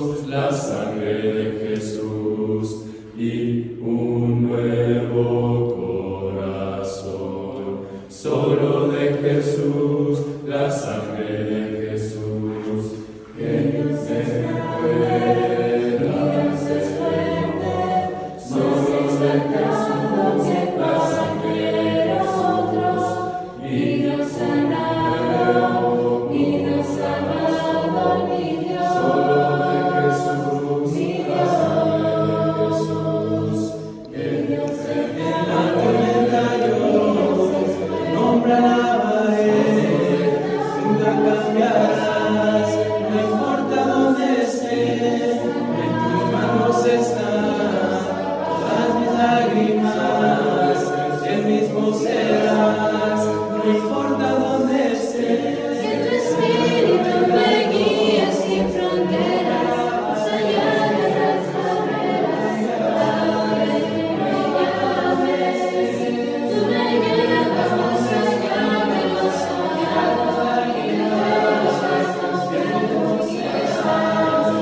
la sangre de Jesús y un nuevo corazón. Solo de Jesús, la sangre de Jesús, que Dios se pueda despertar. Solo de Jesús, la sangre de nosotros, y Dios sanado, y Dios amado, mi Dios. Solo de Jesús, la sangre de Jesús, que Dios se pueda despertar. Nombre alabaré, nunca cambiarás, no importa dónde estés, en tus manos están todas mis lágrimas, el mismo serás, no importa dónde estés. Que tu espíritu me guíe sin fronteras, más allá de las barreras, a donde tú me llames. Tú me llevas más allá de lo soñado, y de los pasos que tú quieras.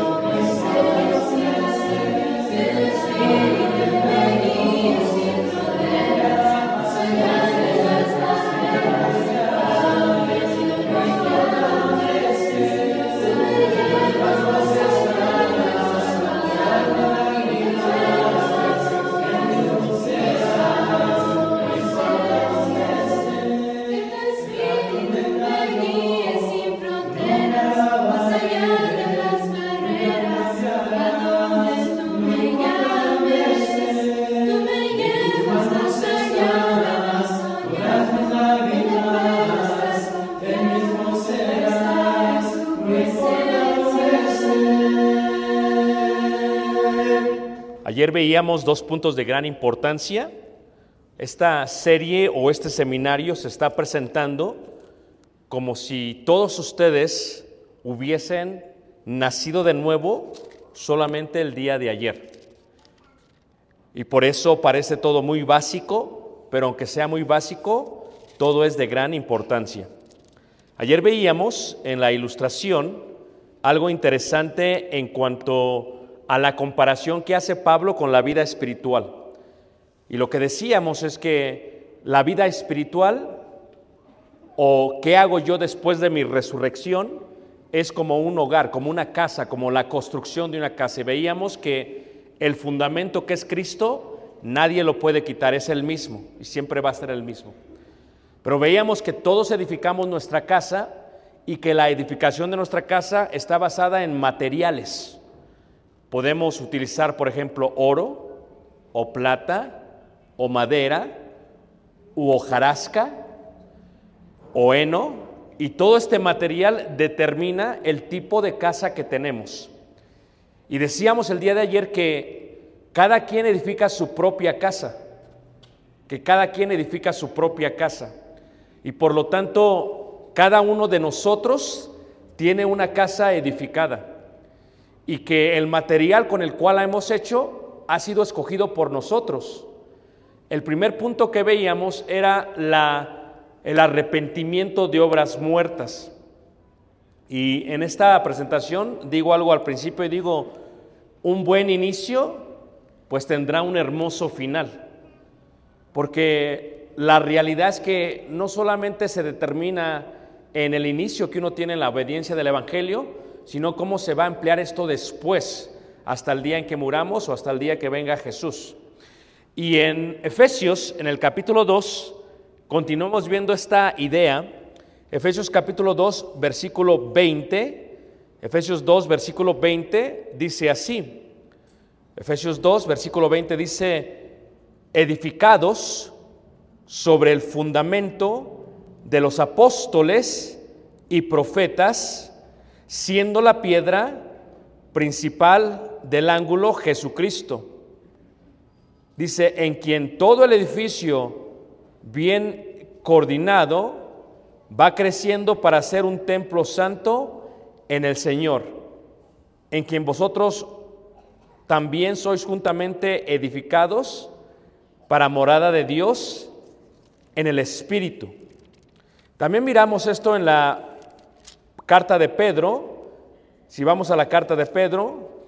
Que tu espíritu me guíe sin fronteras, más allá de las barreras, a donde tú me llames. Tú me llevas más allá de lo soñado, y de los pasos que tú quieras. Que tu espíritu me guíe sin fronteras, más allá de las barreras, a donde tú me llames. Tú me llevas más allá de lo soñado, y de los pasos que tú quieras. Ayer veíamos dos puntos de gran importancia. Esta serie o este seminario se está presentando como si todos ustedes hubiesen nacido de nuevo solamente el día de ayer. Y por eso parece todo muy básico, pero aunque sea muy básico, todo es de gran importancia. Ayer veíamos en la ilustración algo interesante en cuanto a la comparación que hace Pablo con la vida espiritual. Y lo que decíamos es que la vida espiritual, o qué hago yo después de mi resurrección, es como un hogar, como una casa, como la construcción de una casa. Y veíamos que el fundamento que es Cristo, nadie lo puede quitar, es el mismo y siempre va a ser el mismo. Pero veíamos que todos edificamos nuestra casa y que la edificación de nuestra casa está basada en materiales. Podemos utilizar, por ejemplo, oro o plata o madera u hojarasca o heno, y todo este material determina el tipo de casa que tenemos. Y decíamos el día de ayer que cada quien edifica su propia casa, y por lo tanto cada uno de nosotros tiene una casa edificada, y que el material con el cual la hemos hecho ha sido escogido por nosotros. El primer punto que veíamos era el arrepentimiento de obras muertas. Y en esta presentación digo algo al principio y digo, un buen inicio pues tendrá un hermoso final. Porque la realidad es que no solamente se determina en el inicio que uno tiene en la obediencia del Evangelio, sino cómo se va a emplear esto después, hasta el día en que muramos o hasta el día que venga Jesús. Y en Efesios, en el capítulo 2, continuamos viendo esta idea. Efesios capítulo 2, versículo 20. Efesios 2, versículo 20 dice así. Efesios 2, versículo 20 dice: edificados sobre el fundamento de los apóstoles y profetas, siendo la piedra principal del ángulo Jesucristo. Dice, en quien todo el edificio bien coordinado va creciendo para ser un templo santo en el Señor, en quien vosotros también sois juntamente edificados para morada de Dios en el Espíritu. También miramos esto en la carta de Pedro. Si vamos a la carta de Pedro,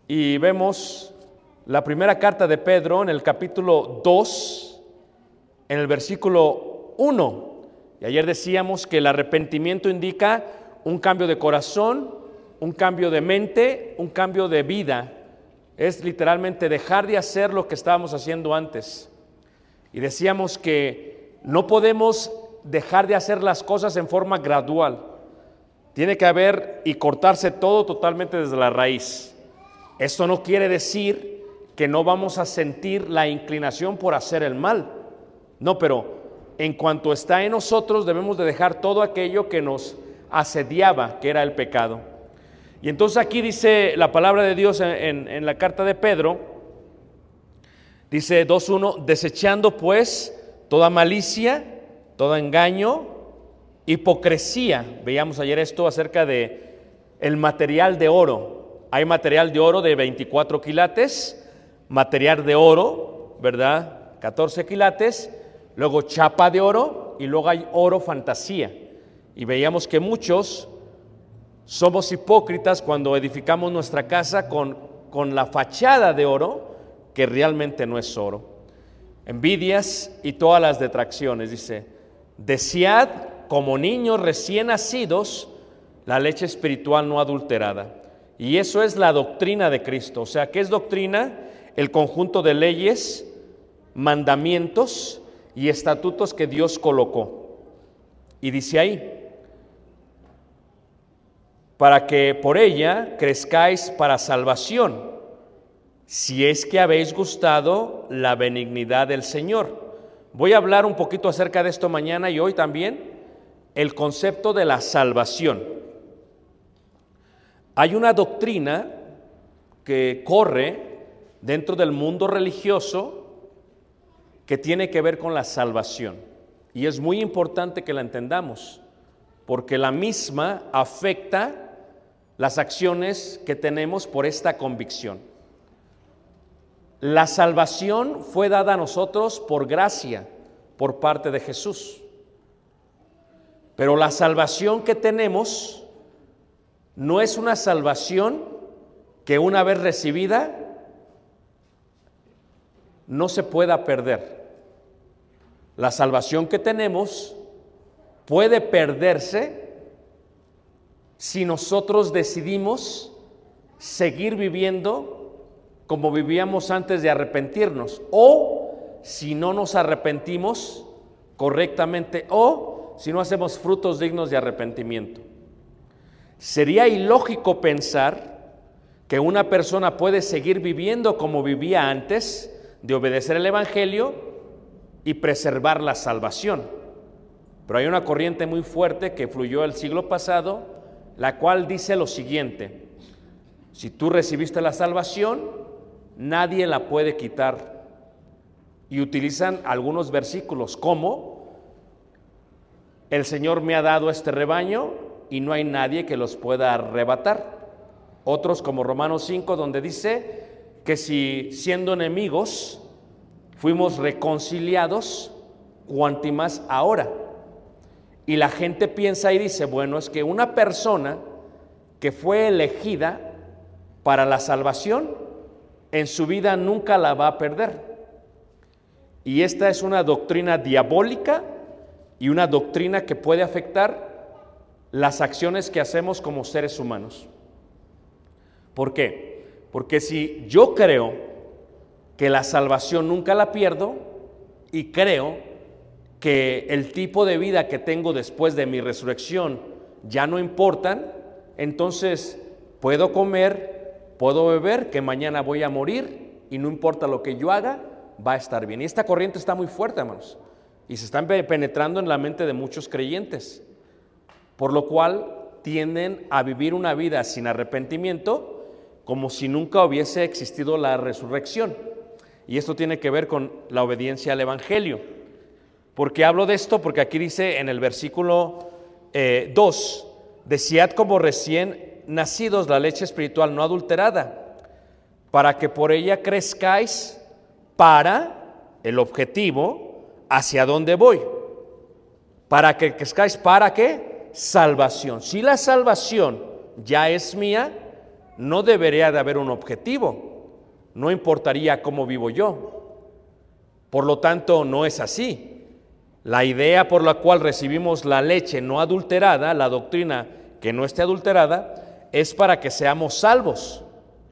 y vemos la primera carta de Pedro en el capítulo 2, en el versículo 1. Y ayer decíamos que el arrepentimiento indica un cambio de corazón, un cambio de mente, un cambio de vida. Es literalmente dejar de hacer lo que estábamos haciendo antes. Y decíamos que no podemos dejar de hacer las cosas en forma gradual. Tiene que haber y cortarse todo totalmente desde la raíz. Esto no quiere decir que no vamos a sentir la inclinación por hacer el mal. No, pero en cuanto está en nosotros debemos de dejar todo aquello que nos asediaba, que era el pecado. Y entonces aquí dice la palabra de Dios en la carta de Pedro, dice 2:1, desechando pues toda malicia, todo engaño, hipocresía. Veíamos ayer esto acerca de el material de oro. Hay material de oro de 24 quilates, material de oro, ¿verdad? 14 quilates, luego chapa de oro y luego hay oro fantasía. Y veíamos que muchos somos hipócritas cuando edificamos nuestra casa con la fachada de oro que realmente no es oro. Envidias y todas las detracciones, dice, desead como niños recién nacidos la leche espiritual no adulterada. Y eso es la doctrina de Cristo. O sea, ¿qué es doctrina? El conjunto de leyes, mandamientos y estatutos que Dios colocó. Y dice ahí, para que por ella crezcáis para salvación, si es que habéis gustado la benignidad del Señor. Voy a hablar un poquito acerca de esto mañana y hoy también, el concepto de la salvación. Hay una doctrina que corre dentro del mundo religioso que tiene que ver con la salvación. Y es muy importante que la entendamos, porque la misma afecta las acciones que tenemos por esta convicción. La salvación fue dada a nosotros por gracia, por parte de Jesús. Pero la salvación que tenemos no es una salvación que una vez recibida no se pueda perder. La salvación que tenemos puede perderse si nosotros decidimos seguir viviendo como vivíamos antes de arrepentirnos, o si no nos arrepentimos correctamente, o si no hacemos frutos dignos de arrepentimiento. Sería ilógico pensar que una persona puede seguir viviendo como vivía antes de obedecer el Evangelio y preservar la salvación. Pero hay una corriente muy fuerte que fluyó el siglo pasado, la cual dice lo siguiente: si tú recibiste la salvación, nadie la puede quitar. Y utilizan algunos versículos como: el Señor me ha dado este rebaño y no hay nadie que los pueda arrebatar. Otros como Romanos 5, donde dice que si siendo enemigos fuimos reconciliados, cuanto más ahora. Y la gente piensa y dice, bueno, es que una persona que fue elegida para la salvación, en su vida nunca la va a perder. Y esta es una doctrina diabólica y una doctrina que puede afectar las acciones que hacemos como seres humanos. ¿Por qué? Porque si yo creo que la salvación nunca la pierdo y creo que el tipo de vida que tengo después de mi resurrección ya no importan, entonces puedo comer, puedo beber, que mañana voy a morir y no importa lo que yo haga, va a estar bien. Y esta corriente está muy fuerte, hermanos, y se están penetrando en la mente de muchos creyentes, por lo cual tienden a vivir una vida sin arrepentimiento, como si nunca hubiese existido la resurrección. Y esto tiene que ver con la obediencia al Evangelio. ¿Por qué hablo de esto? Porque aquí dice en el versículo 2, desead como recién nacidos la leche espiritual no adulterada, para que por ella crezcáis para el objetivo hacia dónde voy. Para que crezcáis, ¿para qué? Salvación. Si la salvación ya es mía, no debería de haber un objetivo, no importaría cómo vivo yo. Por lo tanto, no es así. La idea por la cual recibimos la leche no adulterada, la doctrina que no esté adulterada, es para que seamos salvos.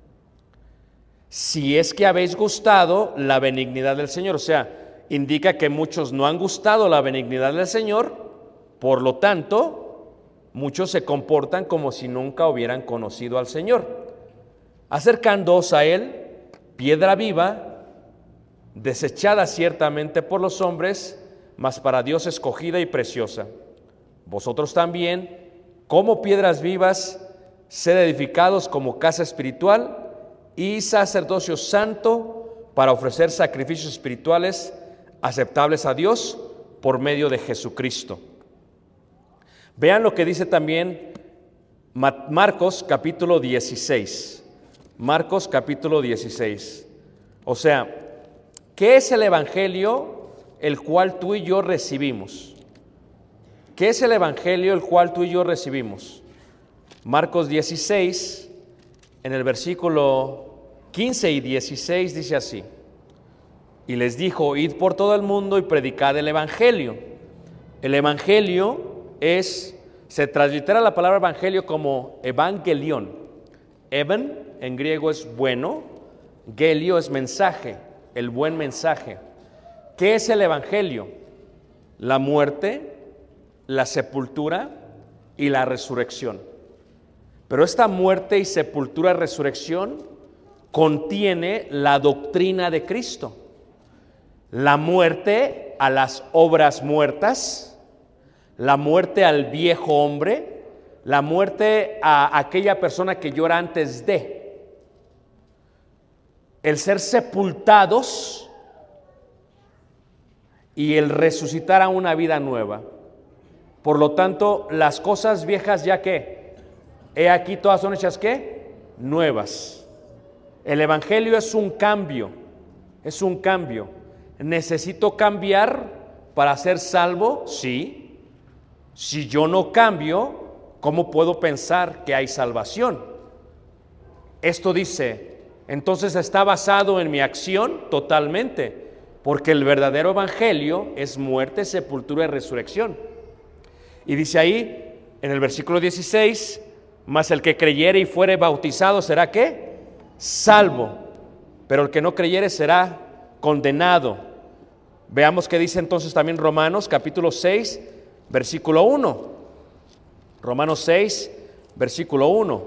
Si es que habéis gustado la benignidad del Señor, o sea, indica que muchos no han gustado la benignidad del Señor, por lo tanto, muchos se comportan como si nunca hubieran conocido al Señor. Acercándoos a Él, piedra viva, desechada ciertamente por los hombres, mas para Dios escogida y preciosa. Vosotros también, como piedras vivas, sed edificados como casa espiritual y sacerdocio santo para ofrecer sacrificios espirituales aceptables a Dios por medio de Jesucristo. Vean lo que dice también Marcos capítulo 16. Marcos capítulo 16. O sea, ¿qué es el evangelio el cual tú y yo recibimos? ¿Qué es el evangelio el cual tú y yo recibimos? Marcos 16, en el versículo 15 y 16 dice así: y les dijo, id por todo el mundo y predicad el evangelio. El evangelio se translitera la palabra evangelio como evangelión. Evan en griego es bueno, gelio es mensaje, el buen mensaje. ¿Qué es el evangelio? La muerte, la sepultura y la resurrección. Pero esta muerte y sepultura y resurrección contiene la doctrina de Cristo. La muerte a las obras muertas, la muerte al viejo hombre, la muerte a aquella persona que yo era antes de, el ser sepultados y el resucitar a una vida nueva. Por lo tanto, las cosas viejas ya que, he aquí todas son hechas ¿qué? Nuevas. El evangelio es un cambio, es un cambio. ¿Necesito cambiar para ser salvo? Sí. Si yo no cambio, ¿cómo puedo pensar que hay salvación? Esto dice, entonces está basado en mi acción totalmente, porque el verdadero evangelio es muerte, sepultura y resurrección. Y dice ahí, en el versículo 16, mas el que creyere y fuere bautizado será ¿qué? Salvo, pero el que no creyere será condenado. Veamos qué dice entonces también Romanos capítulo 6, versículo 1. Romanos 6, versículo 1.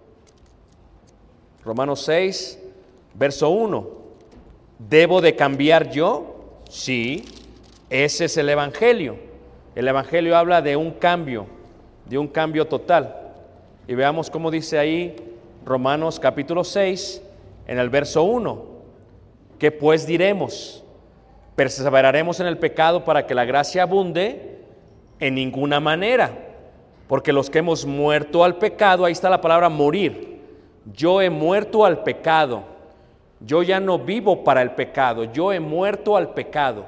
Romanos 6, verso 1. ¿Debo de cambiar yo? Sí, ese es el evangelio. El evangelio habla de un cambio total. Y veamos cómo dice ahí Romanos capítulo 6, en el verso 1. ¿Qué pues diremos? ¿Perseveraremos en el pecado para que la gracia abunde? En ninguna manera, porque los que hemos muerto al pecado, ahí está la palabra morir. Yo he muerto al pecado. Yo ya no vivo para el pecado, yo he muerto al pecado.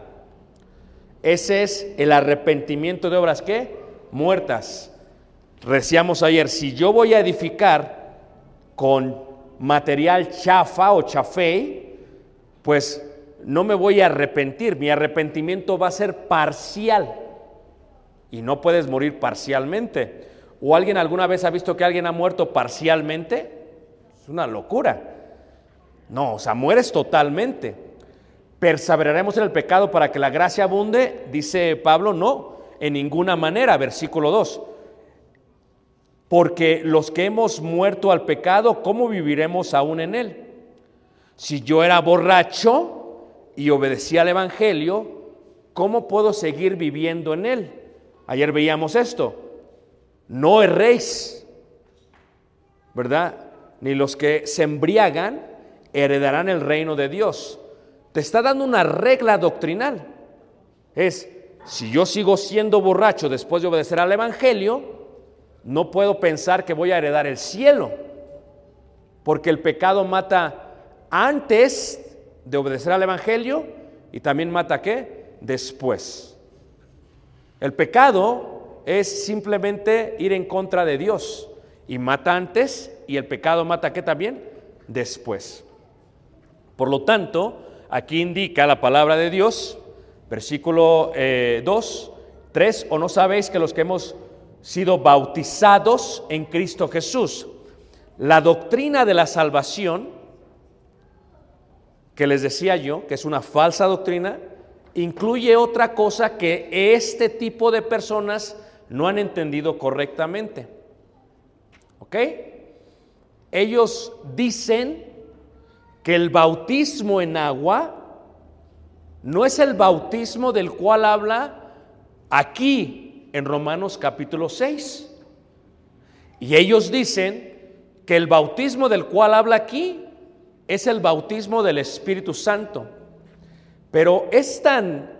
Ese es el arrepentimiento de obras ¿qué? Muertas. Decíamos ayer, si yo voy a edificar con material chafa o chafé, pues no me voy a arrepentir, mi arrepentimiento va a ser parcial y no puedes morir parcialmente. ¿O alguien alguna vez ha visto que alguien ha muerto parcialmente? Es una locura. No, o sea, mueres totalmente. ¿Perseveraremos en el pecado para que la gracia abunde? Dice Pablo, no, en ninguna manera, versículo 2. Porque los que hemos muerto al pecado, ¿cómo viviremos aún en él? Si yo era borracho y obedecía al evangelio, ¿cómo puedo seguir viviendo en él? Ayer veíamos esto, no erréis, ¿verdad? Ni los que se embriagan heredarán el reino de Dios. Te está dando una regla doctrinal. Es, si yo sigo siendo borracho después de obedecer al evangelio, no puedo pensar que voy a heredar el cielo, porque el pecado mata antes de obedecer al evangelio y también mata ¿qué? Después. El pecado es simplemente ir en contra de Dios y mata antes y el pecado mata ¿qué también? Después. Por lo tanto, aquí indica la palabra de Dios, versículo 2, 3, ¿o no sabéis que los que hemos sido bautizados en Cristo Jesús, la doctrina de la salvación, que les decía yo, que es una falsa doctrina, incluye otra cosa que este tipo de personas no han entendido correctamente? ¿Ok? Ellos dicen que el bautismo en agua no es el bautismo del cual habla aquí en Romanos capítulo 6. Y ellos dicen que el bautismo del cual habla aquí es el bautismo del Espíritu Santo. Pero es tan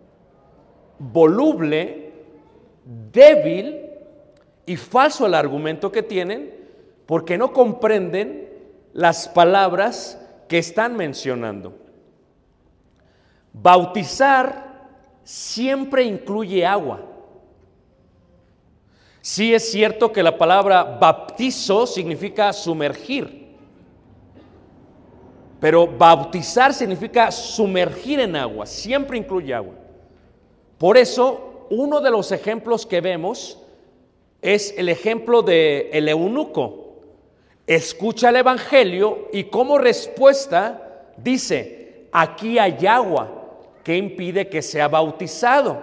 voluble, débil y falso el argumento que tienen, porque no comprenden las palabras que están mencionando. Bautizar siempre incluye agua. Sí es cierto que la palabra baptizo significa sumergir, pero bautizar significa sumergir en agua, siempre incluye agua. Por eso, uno de los ejemplos que vemos es el ejemplo del eunuco. Escucha el evangelio y como respuesta dice: aquí hay agua, ¿qué impide que sea bautizado?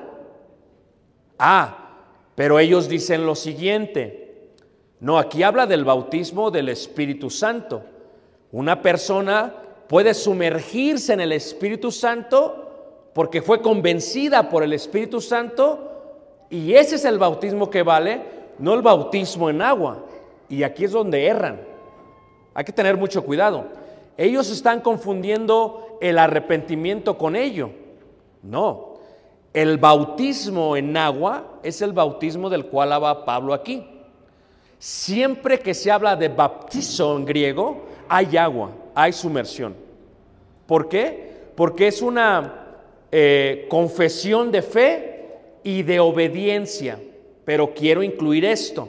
Pero ellos dicen lo siguiente: no, aquí habla del bautismo del Espíritu Santo. Una persona puede sumergirse en el Espíritu Santo porque fue convencida por el Espíritu Santo, y ese es el bautismo que vale, no el bautismo en agua. Y aquí es donde erran. Hay que tener mucho cuidado. Ellos están confundiendo el arrepentimiento con ello. No, el bautismo en agua es el bautismo del cual habla Pablo aquí. Siempre que se habla de baptizo en griego, hay agua, hay sumersión. ¿Por qué? Porque es una confesión de fe y de obediencia. Pero quiero incluir esto: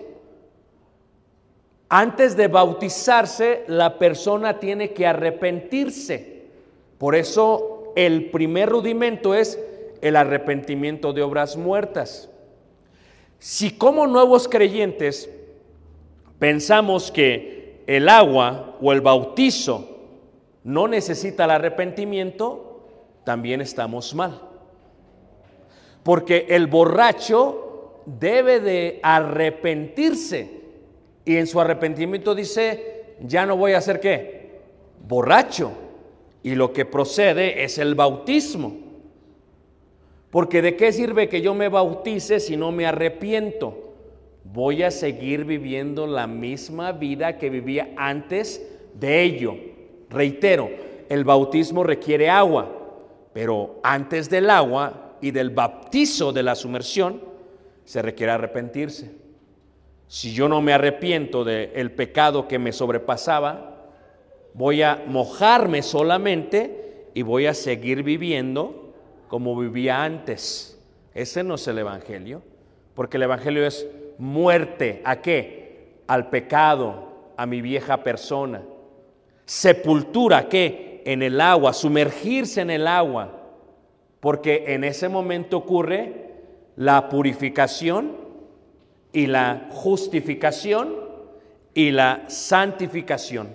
antes de bautizarse, la persona tiene que arrepentirse. Por eso el primer rudimento es el arrepentimiento de obras muertas. Si como nuevos creyentes pensamos que el agua o el bautizo no necesita el arrepentimiento, también estamos mal. Porque el borracho debe de arrepentirse, y en su arrepentimiento dice: ya no voy a ser ¿qué? Borracho. Y lo que procede es el bautismo. Porque ¿de qué sirve que yo me bautice si no me arrepiento? Voy a seguir viviendo la misma vida que vivía antes de ello. Reitero, el bautismo requiere agua, pero antes del agua y del bautizo de la sumersión se requiere arrepentirse. Si yo no me arrepiento del pecado que me sobrepasaba, voy a mojarme solamente y voy a seguir viviendo como vivía antes. Ese no es el evangelio, porque el evangelio es muerte. ¿A qué? Al pecado, a mi vieja persona. Sepultura, ¿a qué? En el agua, sumergirse en el agua, porque en ese momento ocurre la purificación y la justificación y la santificación.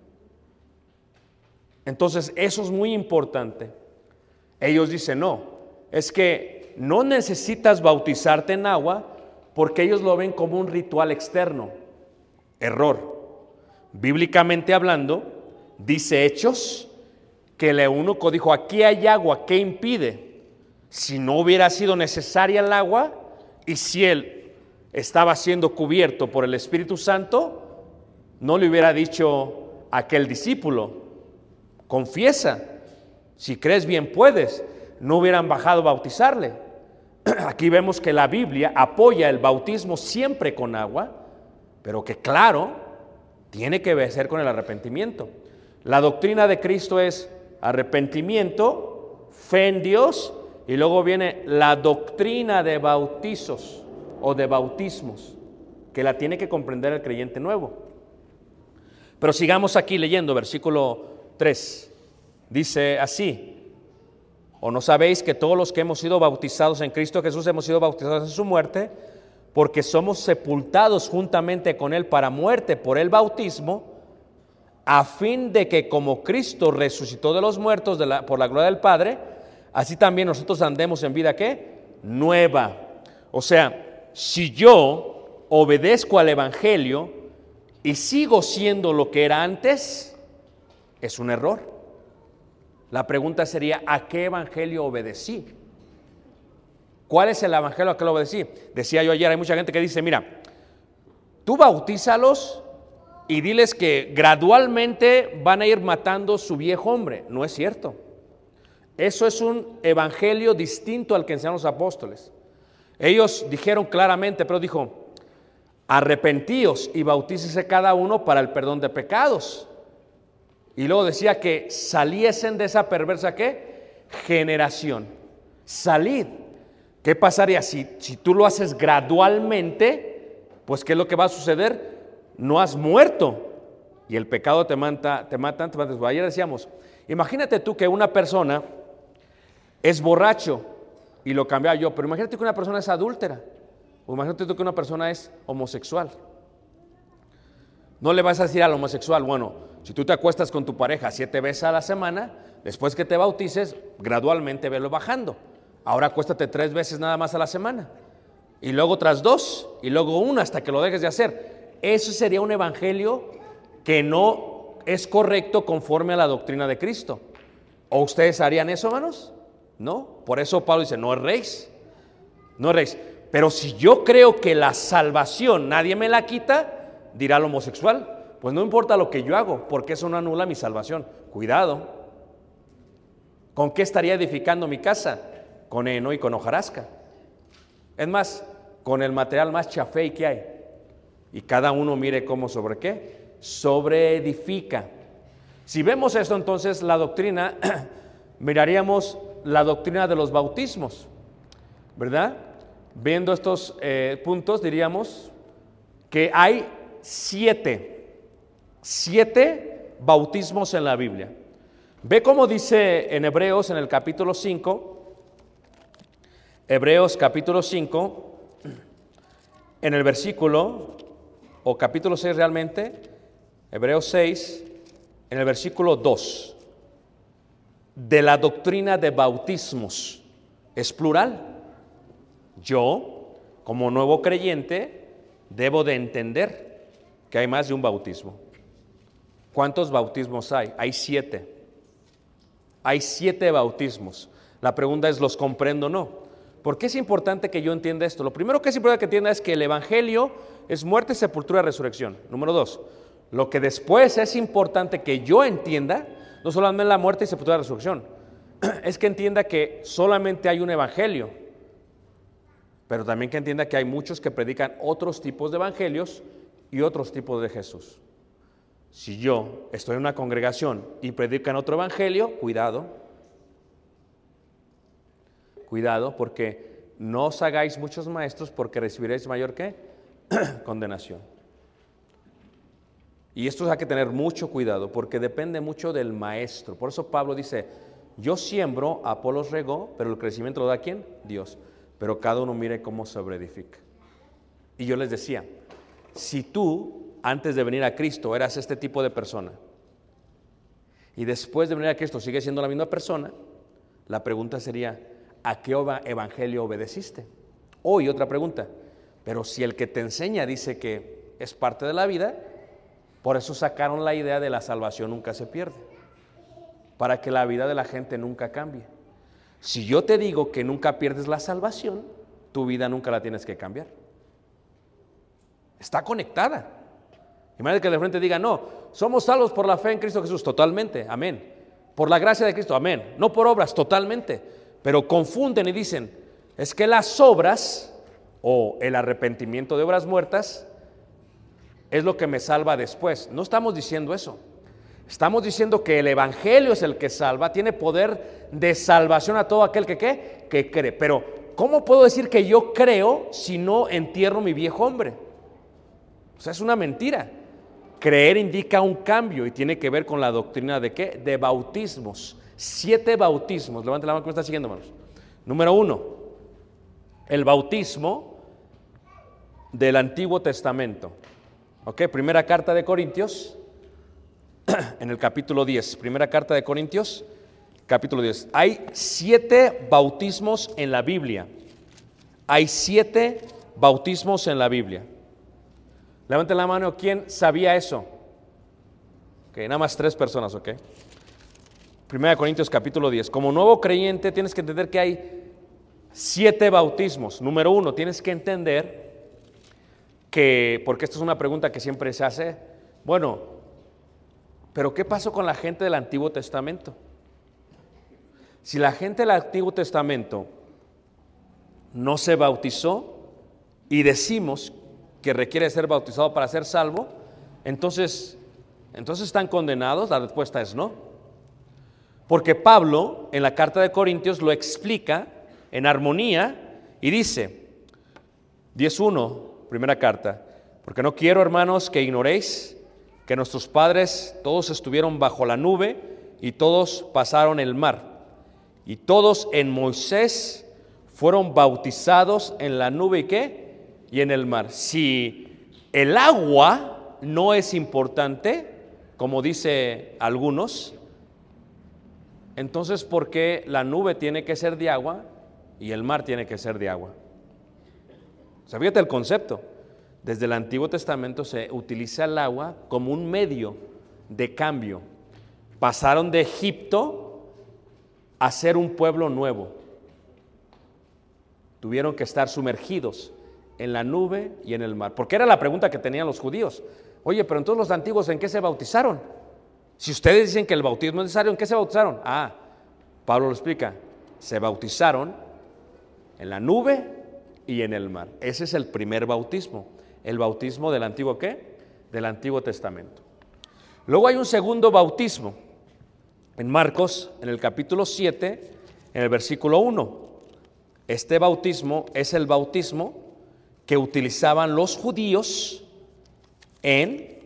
Entonces eso es muy importante. Ellos dicen: no, es que no necesitas bautizarte en agua, porque ellos lo ven como un ritual externo. Error. Bíblicamente hablando, dice Hechos que el eunuco dijo: aquí hay agua, ¿qué impide? Si no hubiera sido necesaria el agua, y si él estaba siendo cubierto por el Espíritu Santo, no le hubiera dicho a aquel discípulo: confiesa, si crees bien puedes. No hubieran bajado a bautizarle. Aquí vemos que la Biblia apoya el bautismo siempre con agua, pero que claro, tiene que ver con el arrepentimiento. La doctrina de Cristo es arrepentimiento, fe en Dios, y luego viene la doctrina de bautizos o de bautismos, que la tiene que comprender el creyente nuevo. Pero sigamos aquí leyendo, versículo 3. Dice así: ¿o no sabéis que todos los que hemos sido bautizados en Cristo Jesús hemos sido bautizados en su muerte? Porque somos sepultados juntamente con Él para muerte por el bautismo, a fin de que como Cristo resucitó de los muertos por la gloria del Padre, así también nosotros andemos en vida, ¿qué? Nueva. O sea, si yo obedezco al Evangelio y sigo siendo lo que era antes, es un error. La pregunta sería, ¿a qué Evangelio obedecí? ¿Cuál es el Evangelio a que lo obedecí? Decía yo ayer, hay mucha gente que dice, mira, tú bautízalos y diles que gradualmente van a ir matando su viejo hombre. No es cierto. Eso es un evangelio distinto al que enseñaron los apóstoles. Ellos dijeron claramente, pero dijo, arrepentíos y bautícese cada uno para el perdón de pecados. Y luego decía que saliesen de esa perversa, ¿qué? Generación. Salid. ¿Qué pasaría si tú lo haces gradualmente? Pues ¿qué es lo que va a suceder? No has muerto y el pecado te mata. Ayer decíamos, imagínate tú que una persona es borracho y lo cambiaba yo, pero imagínate que una persona es adúltera, o imagínate tú que una persona es homosexual. No le vas a decir al homosexual, bueno, si tú te acuestas con tu pareja 7 veces a la semana, después que te bautices, gradualmente velo bajando. Ahora acuéstate 3 veces nada más a la semana, y luego otras 2, y luego 1 hasta que lo dejes de hacer. Eso sería un evangelio que no es correcto conforme a la doctrina de Cristo. ¿O ustedes harían eso, hermanos? No, por eso Pablo dice, no erréis, no erréis. Pero si yo creo que la salvación nadie me la quita, dirá el homosexual, pues no importa lo que yo hago, porque eso no anula mi salvación. Cuidado. ¿Con qué estaría edificando mi casa? Con heno y con hojarasca. Es más, con el material más chafé que hay. Y cada uno mire cómo sobre qué, sobre edifica. Si vemos esto, entonces la doctrina, miraríamos la doctrina de los bautismos, ¿verdad? Viendo estos puntos, diríamos que hay 7 bautismos en la Biblia. Ve cómo dice en Hebreos, en el capítulo 5, Hebreos capítulo 5, en el versículo, o capítulo 6 realmente, Hebreos 6, en el versículo 2, de la doctrina de bautismos, es plural. Yo, como nuevo creyente, debo de entender que hay más de un bautismo. ¿Cuántos bautismos hay? Hay 7. Hay 7 bautismos. La pregunta es, ¿los comprendo o no? ¿Por qué es importante que yo entienda esto? Lo primero que es importante que entienda es que el evangelio es muerte, sepultura y resurrección. Número 2, lo que después es importante que yo entienda, no solamente la muerte y sepultura y resurrección, es que entienda que solamente hay un evangelio, pero también que entienda que hay muchos que predican otros tipos de evangelios y otros tipos de Jesús. Si yo estoy en una congregación y predican otro evangelio, cuidado, porque no os hagáis muchos maestros, porque recibiréis mayor ¿qué? Condenación. Y esto hay que tener mucho cuidado, porque depende mucho del maestro. Por eso Pablo dice, yo siembro, Apolos regó, pero el crecimiento lo da ¿quién? Dios. Pero cada uno mire cómo sobreedifica. Y yo les decía, si tú antes de venir a Cristo eras este tipo de persona y después de venir a Cristo sigues siendo la misma persona, la pregunta sería, ¿a qué evangelio obedeciste? Hoy otra pregunta, pero si el que te enseña dice que es parte de la vida, por eso sacaron la idea de la salvación nunca se pierde, para que la vida de la gente nunca cambie. Si yo te digo que nunca pierdes la salvación, tu vida nunca la tienes que cambiar. Está conectada. Imagínate que de frente diga, no, somos salvos por la fe en Cristo Jesús, totalmente, amén. Por la gracia de Cristo, amén. No por obras, totalmente. Pero confunden y dicen, es que las obras o el arrepentimiento de obras muertas es lo que me salva después. No estamos diciendo eso. Estamos diciendo que el evangelio es el que salva, tiene poder de salvación a todo aquel que ¿qué? Que cree. Pero ¿cómo puedo decir que yo creo si no entierro mi viejo hombre? O sea, es una mentira. Creer indica un cambio y tiene que ver con la doctrina de ¿qué? De bautismos. 7 bautismos. Levante la mano que me está siguiendo, hermanos. Número 1, el bautismo del Antiguo Testamento. Ok, primera carta de Corintios, en el capítulo 10. Primera carta de Corintios, capítulo 10. Hay 7 bautismos en la Biblia. Hay 7 bautismos en la Biblia. Levanten la mano, ¿quién sabía eso? Ok, nada más 3 personas, ok. Primera de Corintios capítulo 10. Como nuevo creyente tienes que entender que hay 7 bautismos. Número 1, tienes que entender que, porque esto es una pregunta que siempre se hace, bueno, pero ¿qué pasó con la gente del Antiguo Testamento? Si la gente del Antiguo Testamento no se bautizó y decimos que requiere ser bautizado para ser salvo, entonces están condenados. La respuesta es no. Porque Pablo en la carta de Corintios lo explica en armonía y dice, 10:1, primera carta, porque no quiero, hermanos, que ignoréis que nuestros padres todos estuvieron bajo la nube y todos pasaron el mar, y todos en Moisés fueron bautizados en la nube, ¿y qué? Y en el mar. Si el agua no es importante, como dice algunos, entonces ¿por qué la nube tiene que ser de agua y el mar tiene que ser de agua? O sea, fíjate el concepto. Desde el Antiguo Testamento se utiliza el agua como un medio de cambio. Pasaron de Egipto a ser un pueblo nuevo. Tuvieron que estar sumergidos en la nube y en el mar. Porque era la pregunta que tenían los judíos. Oye, pero entonces los antiguos, ¿en qué se bautizaron? Si ustedes dicen que el bautismo es necesario, ¿en qué se bautizaron? Pablo lo explica. Se bautizaron en la nube y en el mar. Ese es el primer bautismo. El bautismo del antiguo ¿qué? Del Antiguo Testamento. Luego hay un segundo bautismo. En Marcos, en el capítulo 7, en el versículo 1. Este bautismo es el bautismo que utilizaban los judíos en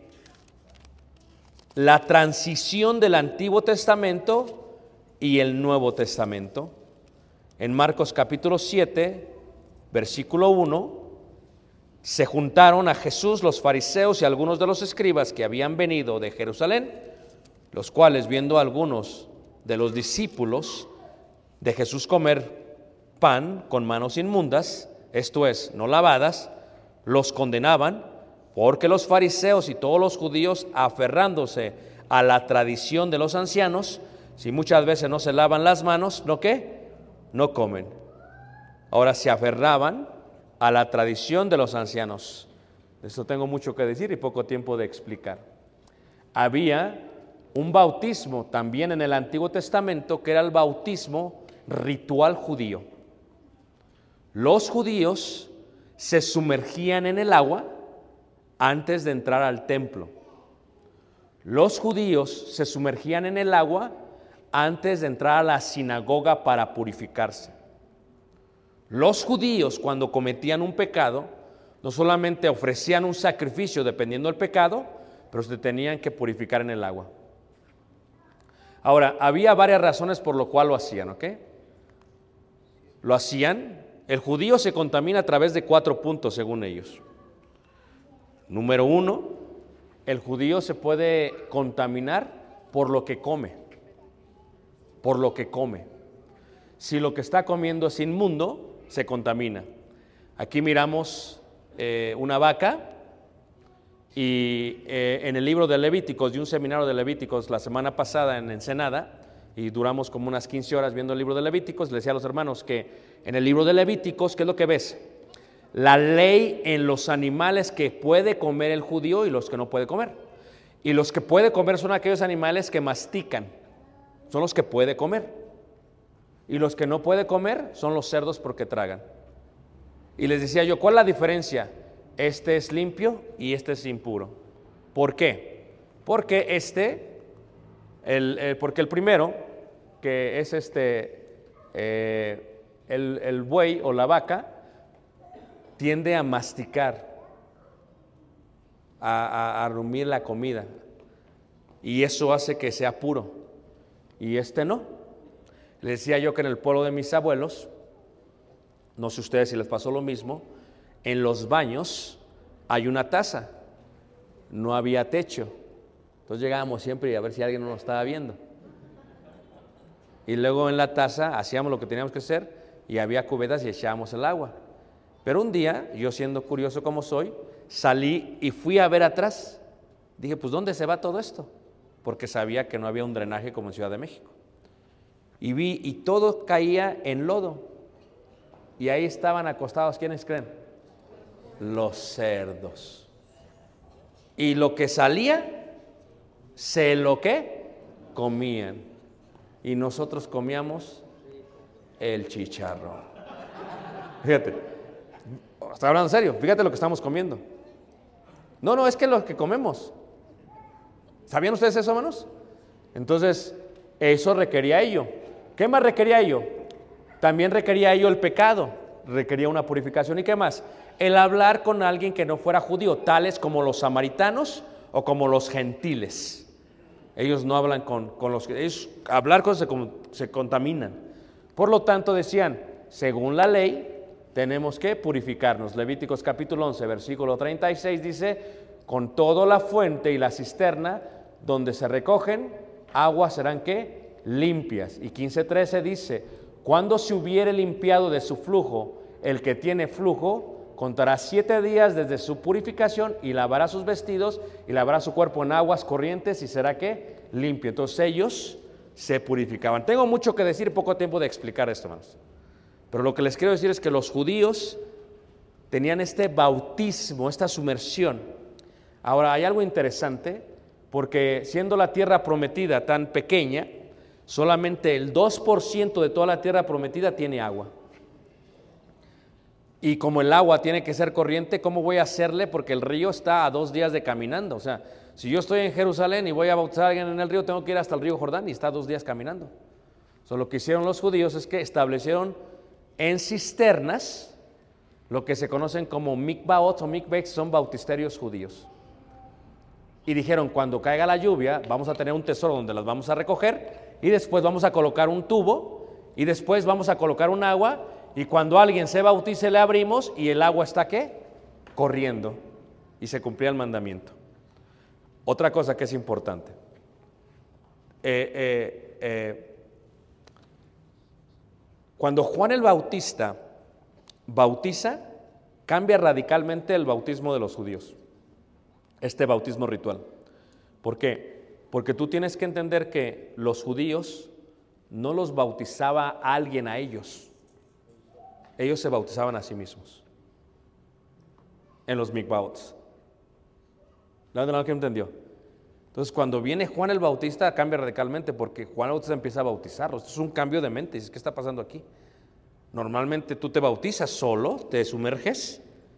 la transición del Antiguo Testamento y el Nuevo Testamento. En Marcos capítulo 7, versículo 1, se juntaron a Jesús los fariseos y algunos de los escribas que habían venido de Jerusalén, los cuales, viendo a algunos de los discípulos de Jesús comer pan con manos inmundas, esto es, no lavadas, los condenaban, porque los fariseos y todos los judíos, aferrándose a la tradición de los ancianos, si muchas veces no se lavan las manos, ¿no qué? No comen. Ahora se aferraban a la tradición de los ancianos. De esto tengo mucho que decir y poco tiempo de explicar. Había un bautismo también en el Antiguo Testamento que era el bautismo ritual judío. Los judíos se sumergían en el agua antes de entrar al templo. Los judíos se sumergían en el agua antes de entrar a la sinagoga para purificarse. Los judíos, cuando cometían un pecado, no solamente ofrecían un sacrificio dependiendo del pecado, pero se tenían que purificar en el agua. Ahora, había varias razones por lo cual lo hacían, ¿ok? Lo hacían, el judío se contamina a través de 4 puntos según ellos. Número 1, el judío se puede contaminar por lo que come. Por lo que come. Si lo que está comiendo es inmundo, se contamina. Aquí miramos una vaca y en el libro de Levíticos, de un seminario de Levíticos la semana pasada en Ensenada, y duramos como unas 15 horas viendo el libro de Levíticos, le decía a los hermanos que en el libro de Levíticos, ¿qué es lo que ves? La ley en los animales que puede comer el judío y los que no puede comer. Y los que puede comer son aquellos animales que mastican, son los que puede comer. Y los que no puede comer son los cerdos porque tragan. Y les decía yo, ¿cuál es la diferencia? Este es limpio y este es impuro. ¿Por qué? Porque porque el primero, que es el buey o la vaca, tiende a masticar. a rumir la comida. Y eso hace que sea puro. Y este no. Les decía yo que en el pueblo de mis abuelos, no sé ustedes si les pasó lo mismo, en los baños hay una taza, no había techo. Entonces llegábamos siempre a ver si alguien no nos estaba viendo. Y luego en la taza hacíamos lo que teníamos que hacer y había cubetas y echábamos el agua. Pero un día, yo siendo curioso como soy, salí y fui a ver atrás. Dije, pues ¿dónde se va todo esto? Porque sabía que no había un drenaje como en Ciudad de México. Y vi, y todo caía en lodo. Y ahí estaban acostados, ¿quiénes creen? Los cerdos. Y lo que salía, se lo que comían. Y nosotros comíamos el chicharrón. Fíjate, estoy hablando en serio, fíjate lo que estamos comiendo. No, es que lo que comemos. ¿Sabían ustedes eso, hermanos? Entonces, eso requería ello. ¿Qué más requería ello? También requería ello el pecado, requería una purificación. ¿Y qué más? El hablar con alguien que no fuera judío, tales como los samaritanos o como los gentiles. Ellos no hablan con los que... Ellos hablar con se contaminan. Por lo tanto, decían, según la ley, tenemos que purificarnos. Levíticos capítulo 11, versículo 36 dice, con toda la fuente y la cisterna donde se recogen, aguas serán ¿qué? Limpias. Y 15:13 dice, cuando se hubiere limpiado de su flujo, el que tiene flujo, contará 7 días desde su purificación y lavará sus vestidos y lavará su cuerpo en aguas corrientes y será ¿qué? Limpio. Entonces ellos se purificaban. Tengo mucho que decir, poco tiempo de explicar esto, hermanos. Pero lo que les quiero decir es que los judíos tenían este bautismo, esta sumersión. Ahora, hay algo interesante, porque siendo la tierra prometida tan pequeña, solamente el 2% de toda la tierra prometida tiene agua. Y como el agua tiene que ser corriente, ¿cómo voy a hacerle? Porque el río está a 2 días de caminando. O sea, si yo estoy en Jerusalén y voy a bautizar a alguien en el río, tengo que ir hasta el río Jordán y está 2 días caminando. Lo que hicieron los judíos es que establecieron en cisternas lo que se conocen como mikvaot o mikveh, son bautisterios judíos. Y dijeron, cuando caiga la lluvia, vamos a tener un tesoro donde las vamos a recoger y después vamos a colocar un tubo y después vamos a colocar un agua y cuando alguien se bautice le abrimos y el agua está ¿qué? Corriendo, y se cumplía el mandamiento. Otra cosa que es importante, cuando Juan el Bautista bautiza, cambia radicalmente el bautismo de los judíos, este bautismo ritual. ¿Por qué? Porque tú tienes que entender que los judíos no los bautizaba alguien a ellos se bautizaban a sí mismos en los mikvaots. ¿La que entendió? Entonces, cuando viene Juan el Bautista, cambia radicalmente, porque Juan el Bautista empieza a bautizarlos. Esto es un cambio de mente. Dices, ¿qué está pasando aquí? Normalmente tú te bautizas solo, te sumerges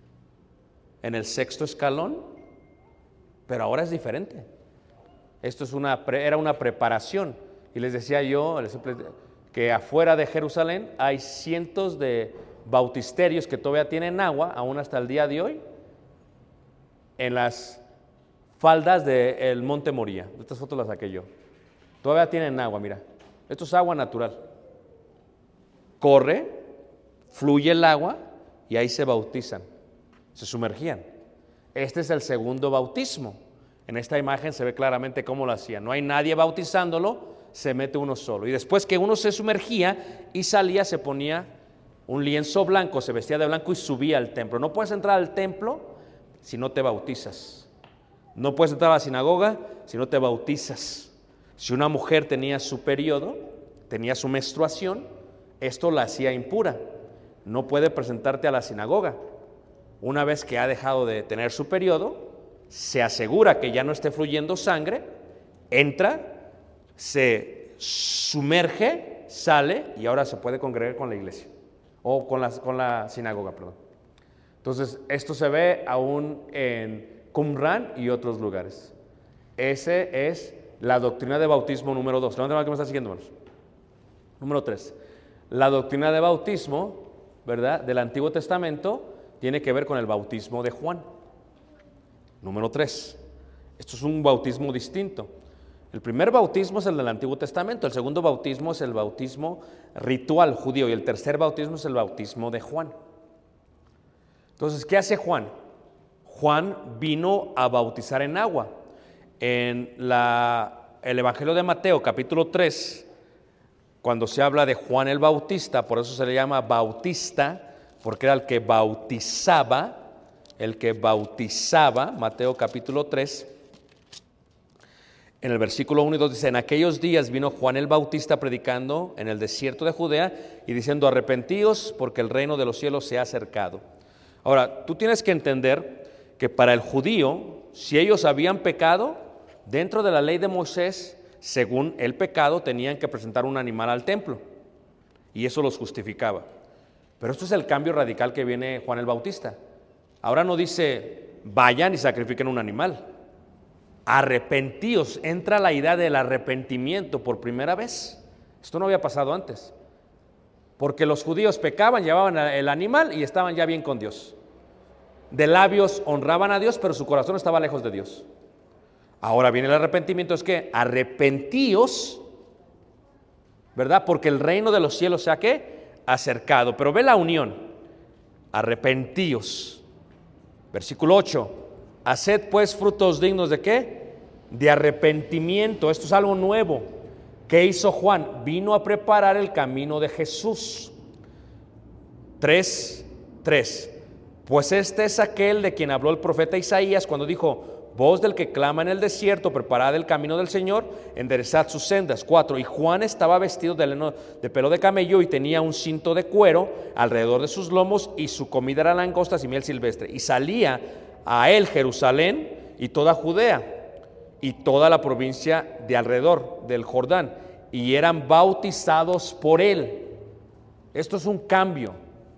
en el 6º escalón, pero ahora es diferente. Esto es era una preparación. Y les decía yo que afuera de Jerusalén hay cientos de bautisterios que todavía tienen agua, aún hasta el día de hoy, en las faldas del Monte Moría. Estas fotos las saqué yo. Todavía tienen agua, mira. Esto es agua natural. Corre, fluye el agua y ahí se bautizan, se sumergían. Este es el segundo bautismo. En esta imagen se ve claramente cómo lo hacían. No hay nadie bautizándolo, se mete uno solo. Y después que uno se sumergía y salía, se ponía un lienzo blanco, se vestía de blanco y subía al templo. No puedes entrar al templo si no te bautizas. No puedes entrar a la sinagoga si no te bautizas. Si una mujer tenía su periodo, tenía su menstruación, esto la hacía impura. No puede presentarte a la sinagoga. Una vez que ha dejado de tener su periodo, se asegura que ya no esté fluyendo sangre, entra, se sumerge, sale y ahora se puede congregar con la iglesia o con la sinagoga, perdón. Entonces, esto se ve aún en Qumran y otros lugares. Ese es la doctrina de bautismo número 2. Levanten la mano que me está siguiendo, hermanos. Número 3. La doctrina de bautismo, ¿verdad?, del Antiguo Testamento tiene que ver con el bautismo de Juan. Número 3. Esto es un bautismo distinto. El primer bautismo es el del Antiguo Testamento, el segundo bautismo es el bautismo ritual judío y el tercer bautismo es el bautismo de Juan. Entonces, ¿qué hace Juan? Juan vino a bautizar en agua. En el Evangelio de Mateo, capítulo 3, cuando se habla de Juan el Bautista, por eso se le llama bautista, porque era el que bautizaba, Mateo capítulo 3, en el versículo 1 y 2 dice: en aquellos días vino Juan el Bautista predicando en el desierto de Judea y diciendo: arrepentíos porque el reino de los cielos se ha acercado. Ahora, tú tienes que entender que para el judío, si ellos habían pecado, dentro de la ley de Moisés, según el pecado, tenían que presentar un animal al templo y eso los justificaba. Pero esto es el cambio radical que viene Juan el Bautista. Ahora no dice: vayan y sacrifiquen un animal. Arrepentíos, entra la idea del arrepentimiento por primera vez. Esto no había pasado antes, porque los judíos pecaban, llevaban el animal y estaban ya bien con Dios. De labios honraban a Dios, pero su corazón estaba lejos de Dios. Ahora viene el arrepentimiento, es que arrepentíos, ¿verdad? Porque el reino de los cielos se ha ¿qué? Acercado. Pero ve la unión, arrepentíos. Versículo 8. Haced pues frutos dignos ¿de qué? De arrepentimiento. Esto es algo nuevo. ¿Qué hizo Juan? Vino a preparar el camino de Jesús. 3:3. Pues este es aquel de quien habló el profeta Isaías cuando dijo: voz del que clama en el desierto, preparad el camino del Señor, enderezad sus sendas. 4. Y Juan estaba vestido de lino de pelo de camello y tenía un cinto de cuero alrededor de sus lomos, y su comida era langostas y miel silvestre. Y salía a él Jerusalén y toda Judea y toda la provincia de alrededor del Jordán, y eran bautizados por él. Esto es un cambio.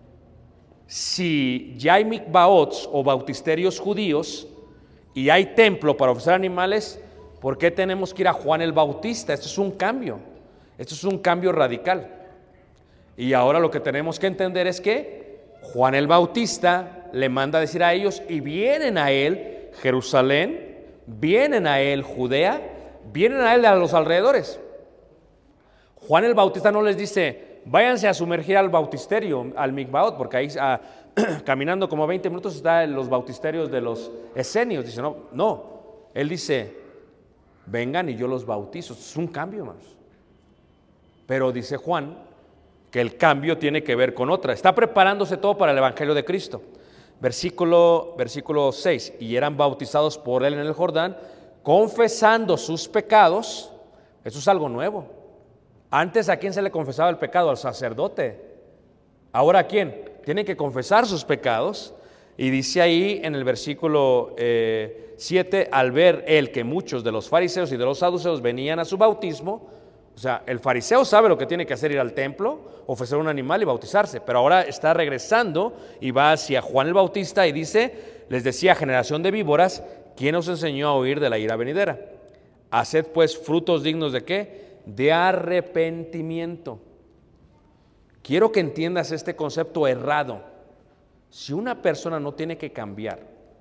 Si ya hay mikvaots o bautisterios judíos y hay templo para ofrecer animales, ¿por qué tenemos que ir a Juan el Bautista? Esto es un cambio. Esto es un cambio radical. Y ahora lo que tenemos que entender es que Juan el Bautista le manda a decir a ellos, y vienen a él Jerusalén, vienen a él Judea, vienen a él a los alrededores. Juan el Bautista no les dice: váyanse a sumergir al bautisterio, al mikvaot, porque ahí caminando como 20 minutos están los bautisterios de los esenios. Dice: no, él dice: vengan y yo los bautizo. Es un cambio, hermanos. Pero dice Juan que el cambio tiene que ver con otra. Está preparándose todo para el Evangelio de Cristo. Versículo 6. Y eran bautizados por él en el Jordán, confesando sus pecados. Eso es algo nuevo. Antes, ¿a quién se le confesaba el pecado? Al sacerdote. Ahora, ¿a quién? Tienen que confesar sus pecados. Y dice ahí en el versículo 7, al ver él que muchos de los fariseos y de los saduceos venían a su bautismo. O sea, el fariseo sabe lo que tiene que hacer: ir al templo, ofrecer un animal y bautizarse. Pero ahora está regresando y va hacia Juan el Bautista y dice: les decía, generación de víboras, ¿quién os enseñó a huir de la ira venidera? Haced pues frutos dignos ¿de qué? De arrepentimiento. Quiero que entiendas este concepto errado. Si una persona no tiene que cambiar,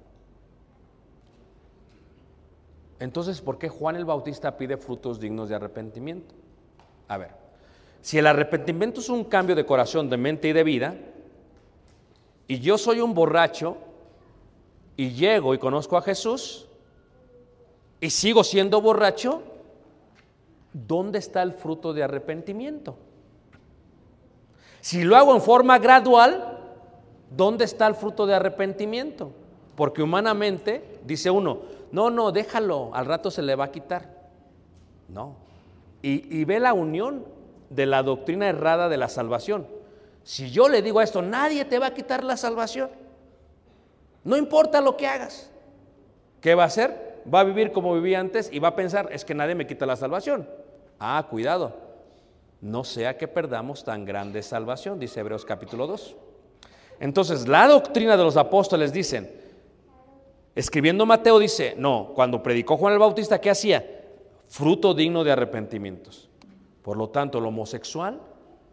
entonces ¿por qué Juan el Bautista pide frutos dignos de arrepentimiento? A ver, si el arrepentimiento es un cambio de corazón, de mente y de vida, y yo soy un borracho y llego y conozco a Jesús y sigo siendo borracho, ¿dónde está el fruto de arrepentimiento? Si lo hago en forma gradual, ¿dónde está el fruto de arrepentimiento? Porque humanamente dice uno: no, déjalo, al rato se le va a quitar. No. Y ve la unión de la doctrina errada de la salvación. Si yo le digo a esto: nadie te va a quitar la salvación, no importa lo que hagas, ¿qué va a hacer? Va a vivir como vivía antes y va a pensar: es que nadie me quita la salvación. Cuidado, no sea que perdamos tan grande salvación, dice Hebreos capítulo 2. Entonces, la doctrina de los apóstoles dicen, escribiendo Mateo dice, no, cuando predicó Juan el Bautista, ¿qué hacía? Fruto digno de arrepentimientos. Por lo tanto, el homosexual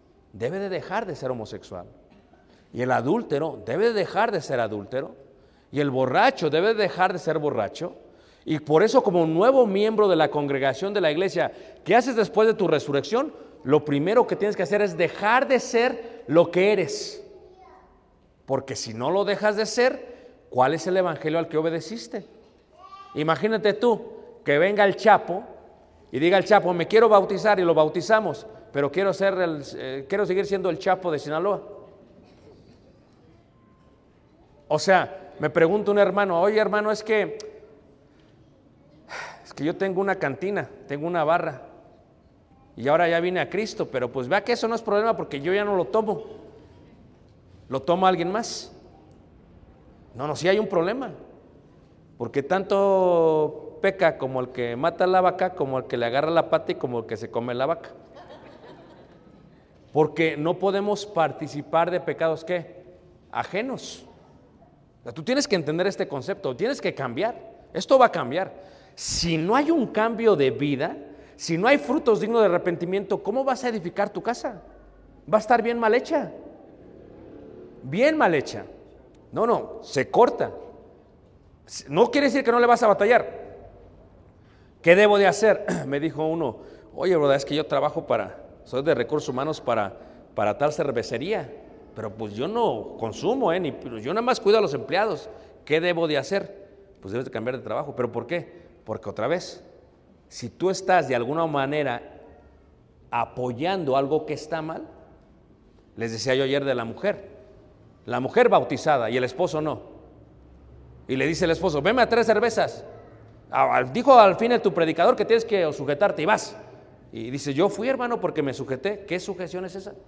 debe de dejar de ser homosexual. Y el adúltero debe de dejar de ser adúltero. Y el borracho debe dejar de ser borracho. Y por eso, como nuevo miembro de la congregación de la iglesia, ¿qué haces después de tu resurrección? Lo primero que tienes que hacer es dejar de ser lo que eres. Porque si no lo dejas de ser, ¿cuál es el evangelio al que obedeciste? Imagínate tú que venga el Chapo y diga el Chapo, me quiero bautizar, y lo bautizamos, pero quiero seguir siendo el Chapo de Sinaloa. O sea, me pregunta un hermano, oye hermano, es que yo tengo una cantina, tengo una barra, y ahora ya vine a Cristo, pero pues vea que eso no es problema porque yo ya no lo tomo, lo toma alguien más. No, sí hay un problema, porque tanto peca como el que mata a la vaca, como el que le agarra la pata y como el que se come la vaca. Porque no podemos participar de pecados, ¿qué? Ajenos. O sea, tú tienes que entender este concepto, tienes que cambiar, esto va a cambiar. Si no hay un cambio de vida, si no hay frutos dignos de arrepentimiento, ¿cómo vas a edificar tu casa? Va a estar bien mal hecha. Bien mal hecha. No, se corta. No quiere decir que no le vas a batallar. ¿Qué debo de hacer? Me dijo uno, oye, verdad, es que yo trabajo soy de recursos humanos para tal cervecería, pero pues yo no consumo, yo nada más cuido a los empleados. ¿Qué debo de hacer? Pues debes de cambiar de trabajo. ¿Pero por qué? Porque otra vez, si tú estás de alguna manera apoyando algo que está mal, les decía yo ayer de la mujer bautizada y el esposo no. Y le dice el esposo, veme a 3 cervezas. Dijo al fin tu predicador que tienes que sujetarte y vas. Y dice, yo fui hermano porque me sujeté. ¿Qué sujeción es esa?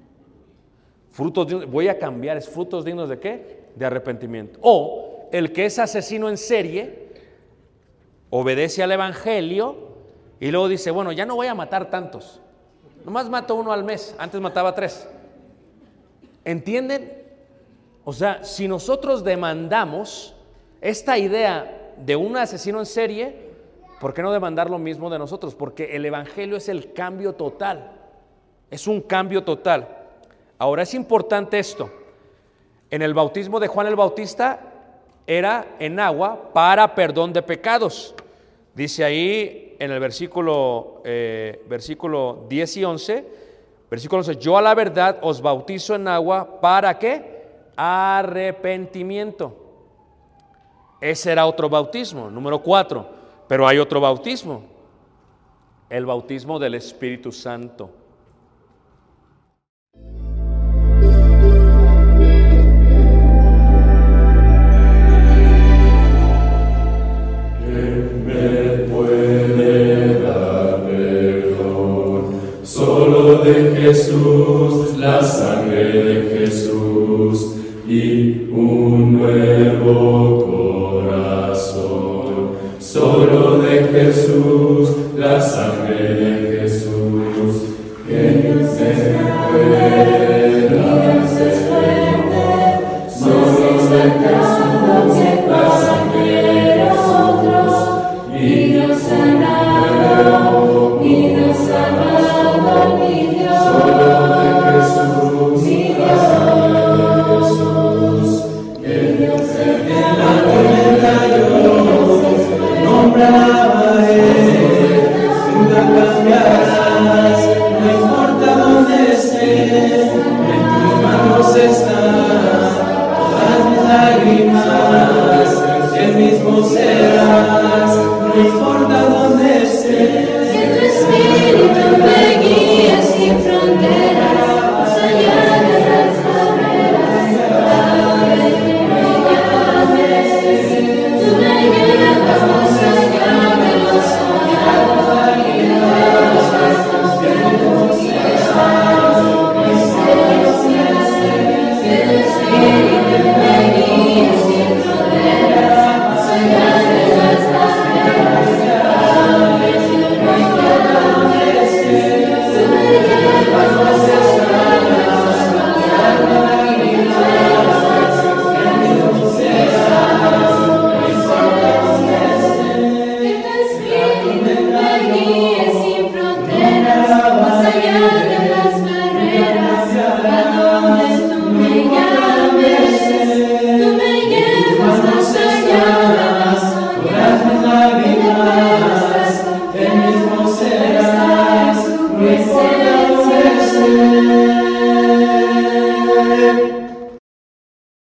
Voy a cambiar, ¿es frutos dignos de qué? De arrepentimiento. O el que es asesino en serie obedece al evangelio y luego dice, bueno, ya no voy a matar tantos, nomás mato 1 al mes, antes mataba 3. ¿Entienden? O sea, si nosotros demandamos esta idea de un asesino en serie, ¿por qué no demandar lo mismo de nosotros? Porque el evangelio es el cambio total, es un cambio total. Ahora es importante esto, en el bautismo de Juan el Bautista era en agua para perdón de pecados. Dice ahí en el versículo 10 y 11, versículo 11, yo a la verdad os bautizo en agua, ¿para qué? Arrepentimiento. Ese era otro bautismo, número 4, pero hay otro bautismo, el bautismo del Espíritu Santo. De Jesús, la sangre de Jesús y un nuevo corazón. Solo de Jesús, la sangre de Jesús, que Dios es grande, Dios es fuerte, solo de Jesús, la sangre de nosotros, y Dios sanado, y Dios sanado.